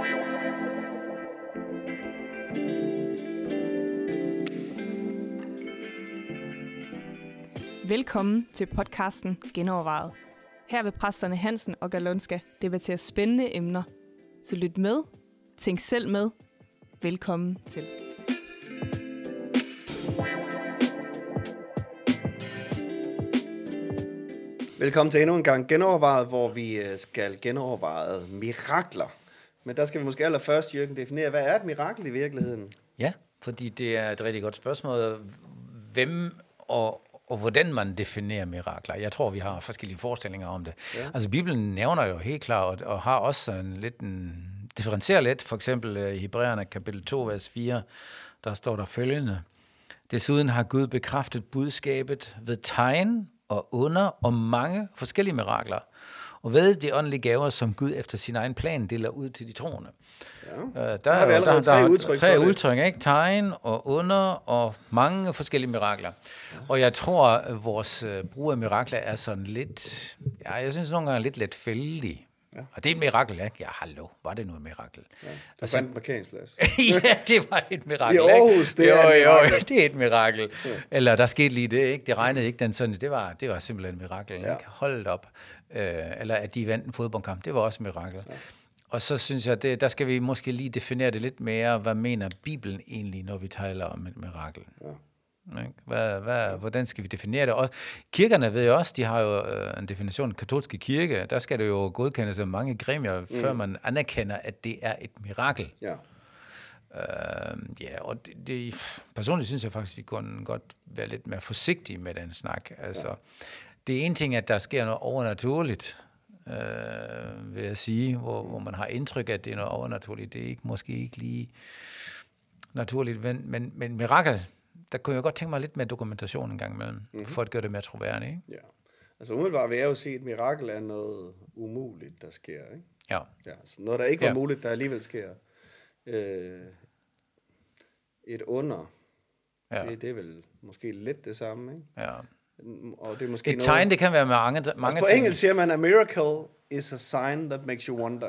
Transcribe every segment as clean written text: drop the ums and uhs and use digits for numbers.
Velkommen til podcasten Genovervejet. Her vil præsterne Hansen og Galonska debattere spændende emner. Så lyt med, tænk selv med. Velkommen til. Velkommen til endnu en gang Genovervejet, hvor vi skal genoverveje mirakler. Men der skal vi måske allerførst, Jørgen, definere, hvad er et mirakel i virkeligheden? Ja, fordi det er et rigtig godt spørgsmål. Hvem og hvordan man definerer mirakler. Jeg tror, vi har forskellige forestillinger om det. Ja. Altså, Bibelen nævner jo helt klart, og har også differentierer lidt. For eksempel i Hebræerne kapitel 2, vers 4, der står der følgende. Desuden har Gud bekræftet budskabet ved tegn og under og mange forskellige mirakler, og ved de åndelige gaver, som Gud efter sin egen plan deler ud til de troende. Ja. Der har vi allerede tre udtryk ikke? Tegn og under og mange forskellige mirakler. Ja. Og jeg tror, at vores brug af mirakler er sådan lidt, jeg synes nogle gange lidt letfældig. Ja. Og det er et mirakel, ikke? Ja, hallo, var det nu et mirakel? Ja, du fandt en parkeringsplads. Ja, det var et mirakel. I Aarhus, det er et mirakel. Jo, det er et mirakel. Ja. Eller der skete lige det, ikke? Det regnede ikke den søndag. Det var simpelthen et mirakel. Ja. Ikke? Hold op. Eller at de vandt en fodboldkamp, det var også et mirakel. Ja. Og så synes jeg, der skal vi måske lige definere det lidt mere. Hvad mener Bibelen egentlig, når vi taler om et mirakel? Ja. Hvordan skal vi definere det? Og kirkerne ved jo også, de har jo en definition, den katolske kirke, der skal det jo godkendes af mange gremier, før man anerkender, at det er et mirakel. Ja. Og det personligt synes jeg faktisk, vi kunne godt være lidt mere forsigtige med den snak. Altså, det er en ting, at der sker noget overnaturligt, vil jeg sige, hvor man har indtryk af, at det er noget overnaturligt. Det er måske ikke lige naturligt, men mirakel, der kunne jeg godt tænke mig lidt mere dokumentation en gang imellem, for at gøre det mere troværdigt. Ikke? Ja. Altså umiddelbart vil jeg jo sige, at et mirakel er noget umuligt, der sker. Ikke? Ja. Så noget, der ikke var muligt, der alligevel sker. Et under, det er vel måske lidt det samme, ikke? Ja. Og det er måske et tegn, det kan være med mange ting. På engelsk siger man, a miracle is a sign that makes you wonder.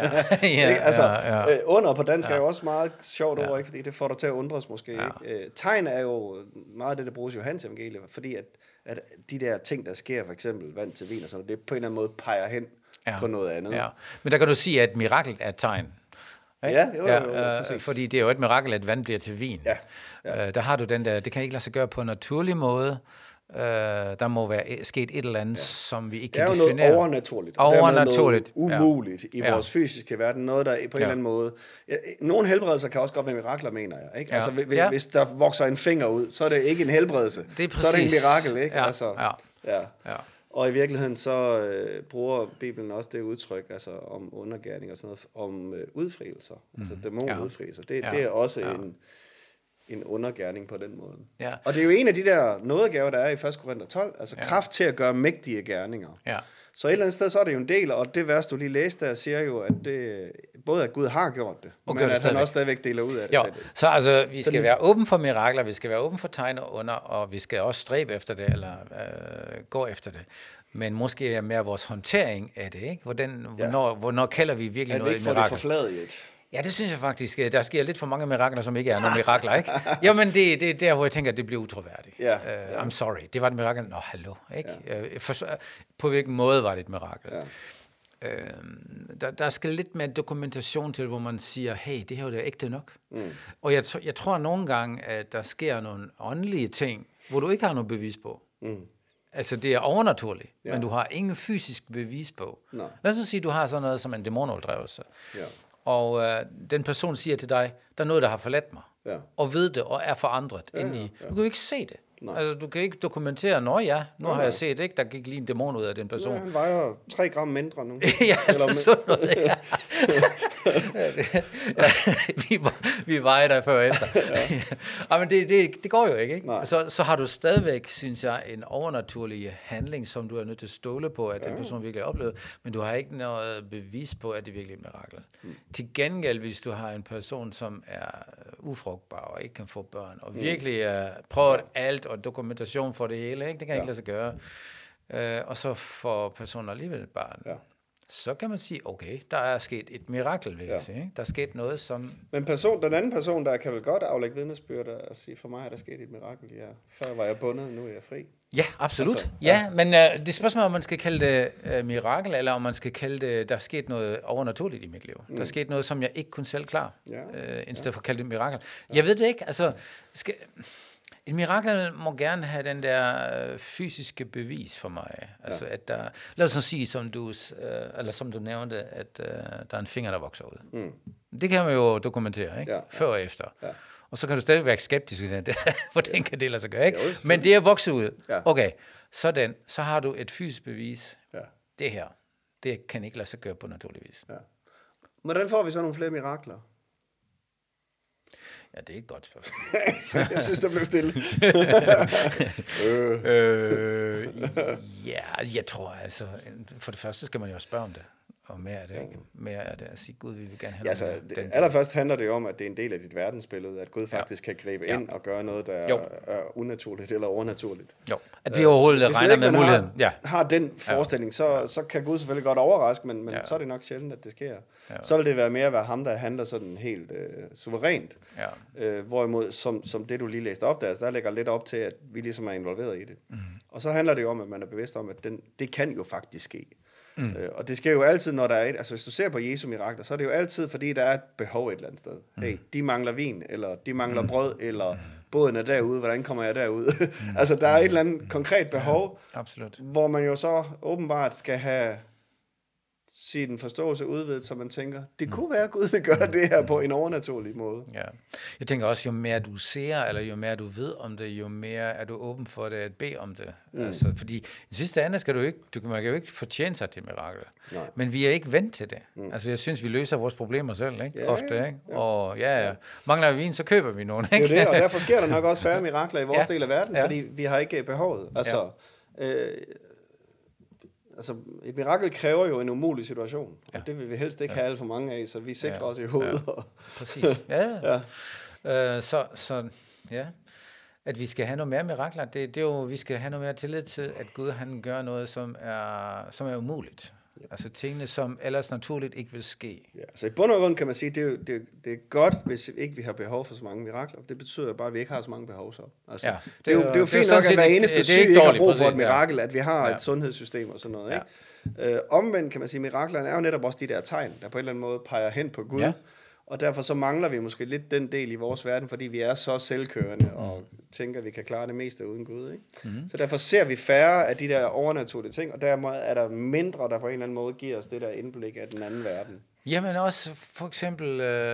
Under på dansk er jo også meget sjovt ord, ikke? Fordi det får dig til at undres måske. Ja. Ikke? Tegn er jo meget af det, der bruges i Johannes evangeliet, fordi at de der ting, der sker, for eksempel vand til vin og sådan, det på en eller anden måde peger hen på noget andet. Ja. Men der kan du sige, at mirakel er et tegn. Ja, fordi det er jo et mirakel, at vand bliver til vin. Ja. Der har du den der, det kan ikke lade sig gøre på en naturlig måde. Der må være sket et eller andet, som vi ikke kan definere. Det er jo noget overnaturligt. Overnaturligt. Noget umuligt i vores fysiske verden. Noget, der på en eller anden måde... Nogle helbredelser kan også godt være mirakler, mener jeg. Ikke? Altså, hvis der vokser en finger ud, så er det ikke en helbredelse. Så er det en mirakel, ikke? Ja. Og i virkeligheden så bruger Bibelen også det udtryk, altså om undergærning og sådan noget, om udfrielser, altså dæmonudfrielser. Det er også en undergærning på den måde. Ja. Og det er jo en af de der nådegaver, der er i 1. Korinther 12, altså kraft til at gøre mægtige gerninger. Ja. Så et eller andet sted, så er det jo en del, og det vers, du lige læste der, siger jo, at det, både at Gud har gjort det, men at han også stadigvæk deler ud af det. Jo, så altså, vi skal være åben for mirakler, vi skal være åben for tegn og under, og vi skal også stræbe efter det, eller gå efter det. Men måske er mere vores håndtering af det, ikke? Hvornår kalder vi virkelig noget et mirakel? Er det ikke for det forfladiget? Ja, det synes jeg faktisk. Der sker lidt for mange mirakler, som ikke er nogle mirakler, ikke? Jamen, det er der, hvor jeg tænker, at det bliver utroværdigt. I'm sorry. Det var et mirakel. Nå, hallo, ikke? På hvilken måde var det et mirakel? Ja. Der skal lidt mere dokumentation til, hvor man siger, hey, det her er jo ægte nok. Og jeg tror nogle gange, at der sker nogle åndelige ting, hvor du ikke har noget bevis på. Altså, det er overnaturligt, men du har ingen fysisk bevis på. Nej. Lad os sige, at du har sådan noget som en dæmonoveldrevelse. Ja. Og den person siger til dig, der er noget, der har forladt mig, og ved det, og er forandret indeni. Du kan jo ikke se det. Nej. Altså, du kan ikke dokumentere, nu har jeg set, ikke? Der gik lige en dæmon ud af den person. Ja, han vejer 3 gram mindre nu. Eller sådan noget, vi vejer dig før og efter. Men det går jo ikke? Så har du stadigvæk, synes jeg, en overnaturlig handling, som du er nødt til at stole på, at den person virkelig har oplevet, men du har ikke noget bevis på, at det virkelig er et mirakel. Til gengæld, hvis du har en person, som er ufrugtbar og ikke kan få børn, og virkelig prøver alt, og dokumentation for det hele, ikke? Det kan ikke lade sig gøre. Og så får personen alligevel et barn. Ja. så kan man sige, okay, der er sket et mirakel, vil jeg sige. Ikke? Der er sket noget, som... Men den anden person, der kan vel godt aflægge vidnesbyrd og sige, for mig er der sket et mirakel. Ja. Før var jeg bundet, nu er jeg fri. Ja, absolut. Altså, men det er spørgsmålet, om man skal kalde det mirakel, eller om man skal kalde det, der er sket noget overnaturligt i mit liv. Der er sket noget, som jeg ikke kunne selv klare, i stedet for at kalde det mirakel. Jeg ved det ikke, altså... Et mirakel må gerne have den der fysiske bevis for mig. Altså, at der... Lad os sige, som du nævnte, at der er en finger, der vokser ud. Det kan man jo dokumentere, ikke? Før og efter. Ja. Og så kan du stadig være skeptisk og sige, hvordan kan det lade sig gøre, ikke? Men det er vokset ud. Ja. Okay, så har du et fysisk bevis. Ja. Det her, det kan ikke lade sig gøre på naturlig vis. Ja. Hvordan får vi så nogle flere mirakler? Ja, det er et godt spørgsmål. Jeg synes, der blev stille. Jeg tror altså, for det første skal man jo spørge om det. Og mere er det ikke. Mere er det at sige, Gud, vi vil gerne have noget. Allerførst handler det jo om, at det er en del af dit verdensbillede, at Gud faktisk kan gribe ind og gøre noget, der er unaturligt eller overnaturligt. Jo, at vi overhovedet regner med muligheden. Har den forestilling, så kan Gud selvfølgelig godt overraske, men så er det nok sjældent, at det sker. Ja. Så vil det være mere at være ham, der handler sådan helt suverænt. Ja. Hvorimod, som det du lige læste op der lægger lidt op til, at vi ligesom er involveret i det. Og så handler det jo om, at man er bevidst om, at det kan jo faktisk ske. Og det sker jo altid, når der er altså hvis du ser på Jesu mirakler, så er det jo altid, fordi der er et behov et eller andet sted. Hey, de mangler vin, eller de mangler brød, eller båden er derude, hvordan kommer jeg derud? Altså, der er et eller andet konkret behov, hvor man jo så åbenbart skal have sin forståelse udvidet, så man tænker, det kunne være, at Gud vil gøre det her på en overnaturlig måde. Ja. Jeg tænker også, jo mere du ser, eller jo mere du ved om det, jo mere er du åben for det at bede om det. Altså, fordi i sidste ende skal man kan jo ikke fortjene sig til mirakel. Nej. Men vi er ikke vant til det. Altså, jeg synes, vi løser vores problemer selv, ikke? Ja, ofte, ikke? Ja. Og mangler vi vin, så køber vi nogen, ikke? Det er det, og derfor sker der nok også færre mirakler i vores del af verden, fordi vi har ikke behovet. Altså, altså, et mirakel kræver jo en umulig situation, og det vil vi helst ikke have alt for mange af, så vi sikrer os i hovedet. Ja. Præcis. Så at vi skal have noget mere mirakler, det er jo, vi skal have noget mere tillid til, at Gud han gør noget, som er umuligt. Ja. Altså tingene, som ellers naturligt ikke vil ske. Ja, så i bund og grund kan man sige, det er godt, hvis ikke vi har behov for så mange mirakler. Det betyder jo bare, at vi ikke har så mange behov så. Altså, det er jo fint nok, at hver eneste syg ikke har brug for et mirakel, at vi har et sundhedssystem og sådan noget. Ikke? Omvendt kan man sige, miraklerne er jo netop også de der tegn, der på en eller anden måde peger hen på Gud. Ja. Og derfor så mangler vi måske lidt den del i vores verden, fordi vi er så selvkørende og tænker, at vi kan klare det meste uden Gud. Ikke? Så derfor ser vi færre af de der overnaturlige ting, og dermed er der mindre, der på en eller anden måde giver os det der indblik af den anden verden. Jamen også for eksempel,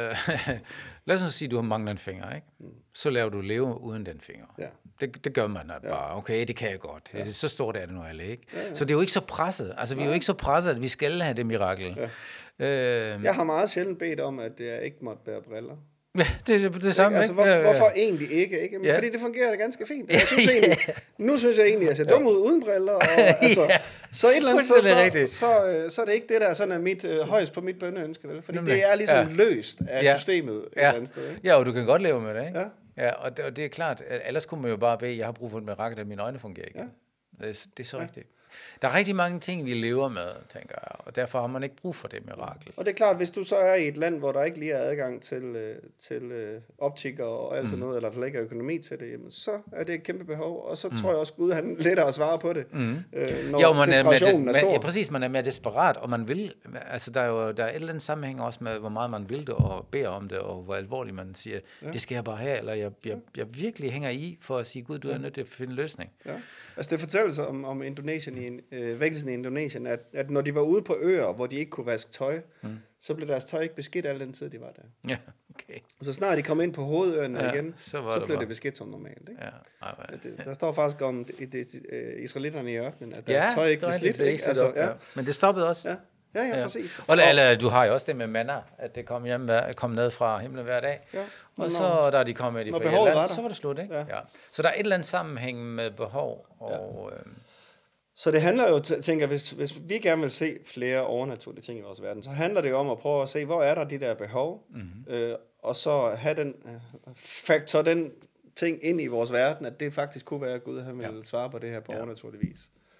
lad os sige, at du mangler en finger, ikke? Så laver du leve uden den finger. Ja. Det gør man bare. Okay, det kan jeg godt. Ja. Så stort er det nu alle, ikke? Ja. Så det er jo ikke så presset. Altså, vi er jo ikke så presset, at vi skal have det mirakel. Ja. Jeg har meget sjældent bedt om, at jeg ikke måtte bære briller. Ja, det samme, altså, hvorfor egentlig ikke? Men fordi det fungerer da ganske fint. Jeg synes nu synes jeg egentlig, at jeg ser dum ud uden briller. Og, altså, så et eller andet sted, så er det ikke det, der sådan er mit, højst på mit bønneønske, vel? Fordi det er ligesom løst af systemet et eller andet sted. Ikke? Ja, og du kan godt leve med det, ikke? Ja, og det er klart, ellers kunne man jo bare bede, jeg har brug for et mirakel, at mine øjne fungerer igen. Ja. Det er så rigtigt. Der er rigtig mange ting, vi lever med, tænker jeg, og derfor har man ikke brug for det mirakel. Og det er klart, hvis du så er i et land, hvor der ikke lige er adgang til optikker og alt sådan noget, eller der ikke er økonomi til det, jamen, så er det et kæmpe behov, og så tror jeg også, Gud han lettere at svare på det, når desperationen er stor. Præcis, man er mere desperat, og man vil, altså der er et eller andet sammenhæng også med, hvor meget man vil det, og beder om det, og hvor alvorligt man siger, det skal jeg bare have, eller jeg virkelig hænger i, for at sige, Gud, du er nødt til at finde en løsning. Ja. Altså det fortælles om Indonesien, vækkelsen i Indonesien, at når de var ude på øer, hvor de ikke kunne vaske tøj, så blev deres tøj ikke beskidt al den tid, de var der. Ja, okay. Og så snart de kom ind på hovedøerne igen, så blev det beskidt som normalt. Ikke? Ja, der står faktisk om israelitterne i ørkenen, at deres tøj ikke blev slidt. Altså, men det stoppede også. Ja, præcis. Eller du har jo også det med manna, at det kom ned fra himlen hver dag. Ja. Og så da de kom med de fra Irland, så var det slut, ikke? Ja. Så der er et eller andet sammenhæng med behov og så det handler jo, tænker hvis vi gerne vil se flere overnaturlige ting i vores verden, så handler det jo om at prøve at se, hvor er der de der behov, og så have faktor den ting ind i vores verden, at det faktisk kunne være, at Gud han ville svare på det her på overnaturlig vis. Ja.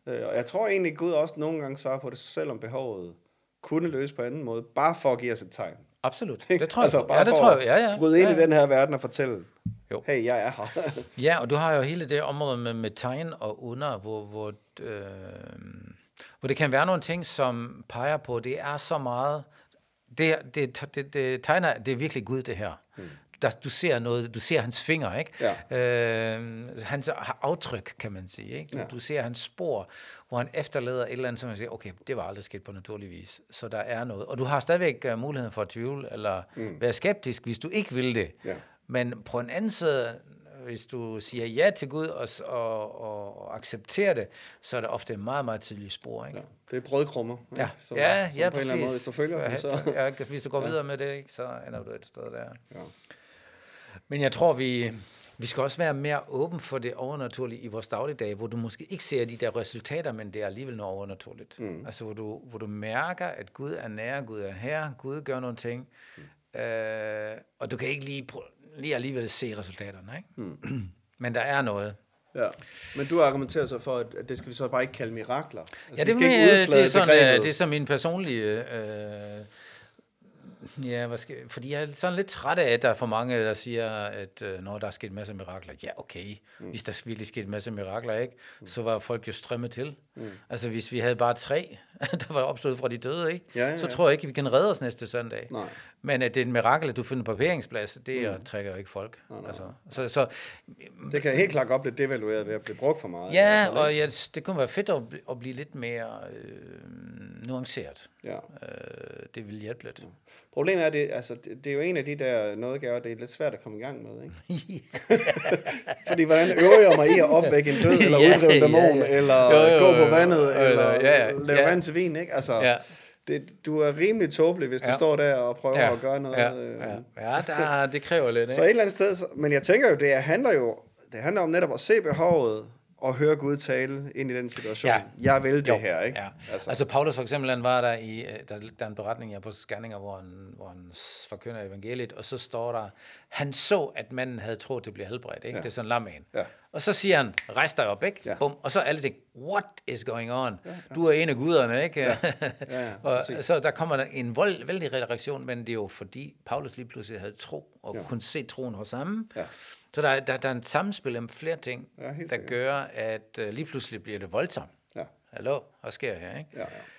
Og jeg tror egentlig, at Gud også nogle gange svarer på det, selvom behovet kunne løse på anden måde, bare for at give os et tegn. Absolut, det tror jeg. Altså bare for at bryde ind i den her verden og fortælle, hey, jeg er her. Ja, og du har jo hele det område med tegn og under, hvor det kan være nogle ting, som peger på, det er så meget, det tegner, det er virkelig Gud, det her. Du ser noget, du ser hans fingre, ikke? Ja. Hans aftryk, kan man sige, ikke? Ja. Du ser hans spor, hvor han efterlader et eller andet, som man siger, okay, det var aldrig sket på naturlig vis, så der er noget. Og du har stadigvæk muligheden for at tvivle, eller være skeptisk, hvis du ikke vil det. Ja. Men på en anden side, hvis du siger ja til Gud og accepterer det, så er det ofte en meget, meget tydelig spor, ikke? Ja. Det er brødkrummer. Ja, som på en eller anden måde, hvis du følger dem, så... hvis du går videre med det, ikke, så ender du et sted der. Ja. Men jeg tror, vi skal også være mere åben for det overnaturlige i vores dagligdag, hvor du måske ikke ser de der resultater, men det er alligevel noget overnaturligt. Altså, hvor du mærker, at Gud er nær, Gud er her, Gud gør nogle ting, og du kan ikke lige alligevel se resultaterne, ikke? Men der er noget. Ja, men du argumenterer så for, at det skal vi så bare ikke kalde mirakler. Altså, ja, det er så min personlige... fordi jeg er sådan lidt træt af, at der er for mange, der siger, at når der er sket en masse mirakler, ja okay, hvis der virkelig skete en masse mirakler, ikke, så var folk jo strømmet til. Altså hvis vi havde bare 3, der var opstået fra de døde, ikke, så tror jeg ikke, vi kan redde os næste søndag. Nej. Men at det er en mirakel, at du finder på parkeringsplads, det trækker jo ikke folk. Nej. Altså, så det kan helt klart godt blive devalueret ved at blive brugt for meget. Ja, og det kunne være fedt at blive lidt mere nuanceret. Ja. Det vil hjælpe lidt. Problemet er, det er jo en af de der nådegaver, det er lidt svært at komme i gang med, ikke? Fordi hvordan øver jeg mig i at opvække en død, eller uddrive en dæmon, eller gå på vandet, eller lave vand til vin, ikke? Altså, du er rimelig tåbelig, hvis du står der og prøver at gøre noget. Det kræver lidt, ikke? Så et eller andet sted, men jeg tænker jo, det handler om netop at se behovet, og høre Gud tale ind i den situation. Ja. Jeg vil det her, ikke? Ja. Altså Paulus for eksempel, han var der der er en beretning i Apostlenes Gerninger, hvor han forkynder evangeliet, og så står der, han så, at manden havde troet, det blev helbredt, ikke? Ja. Det er sådan en lam en. Ja. Og så siger han, rejs dig op, ikke? Ja. Bum. Og så alle det, what is going on? Ja. Du er en af guderne, ikke? Ja. Og så der kommer en vældig reaktion, men det er jo fordi, Paulus lige pludselig havde tro, og kunne se troen hos ham. Ja. Så der er en samspil med flere ting, der gør, at lige pludselig bliver det voldsomt. Ja. Hallo, hvad sker her, ikke?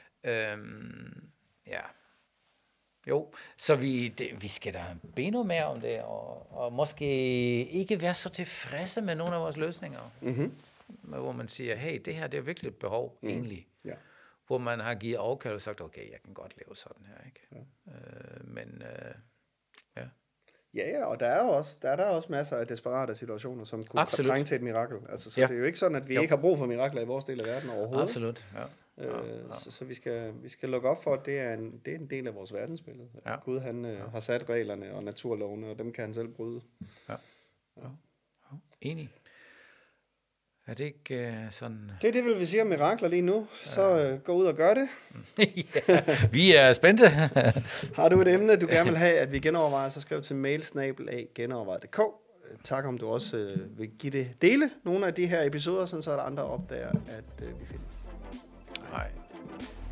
Ja. Jo, så vi skal da bede noget mere om det, og måske ikke være så tilfredse med nogle af vores løsninger. Mm-hmm. Hvor man siger, hey, det her det er virkelig et behov, egentlig. Ja. Hvor man har givet afkald og sagt, okay, jeg kan godt leve sådan her, ikke? Ja. Ja, og der er også masser af desperate situationer, som kunne trænge til et mirakel. Altså, så det er jo ikke sådan, at vi ikke har brug for mirakler i vores del af verden overhovedet. Absolut, ja. Så vi skal lukke op for, at det er en del af vores verdensbillede. Ja. Gud, han har sat reglerne og naturlovene, og dem kan han selv bryde. Ja. Enig. Er det ikke sådan... Det vil vi sige om mirakler lige nu. Så gå ud og gør det. Vi er spændte. Har du et emne, du gerne vil have, at vi genovervejer, så skriv til mail@genovervejet.dk. Tak om du også vil dele nogle af de her episoder, så der andre opdager, at vi findes. Hej.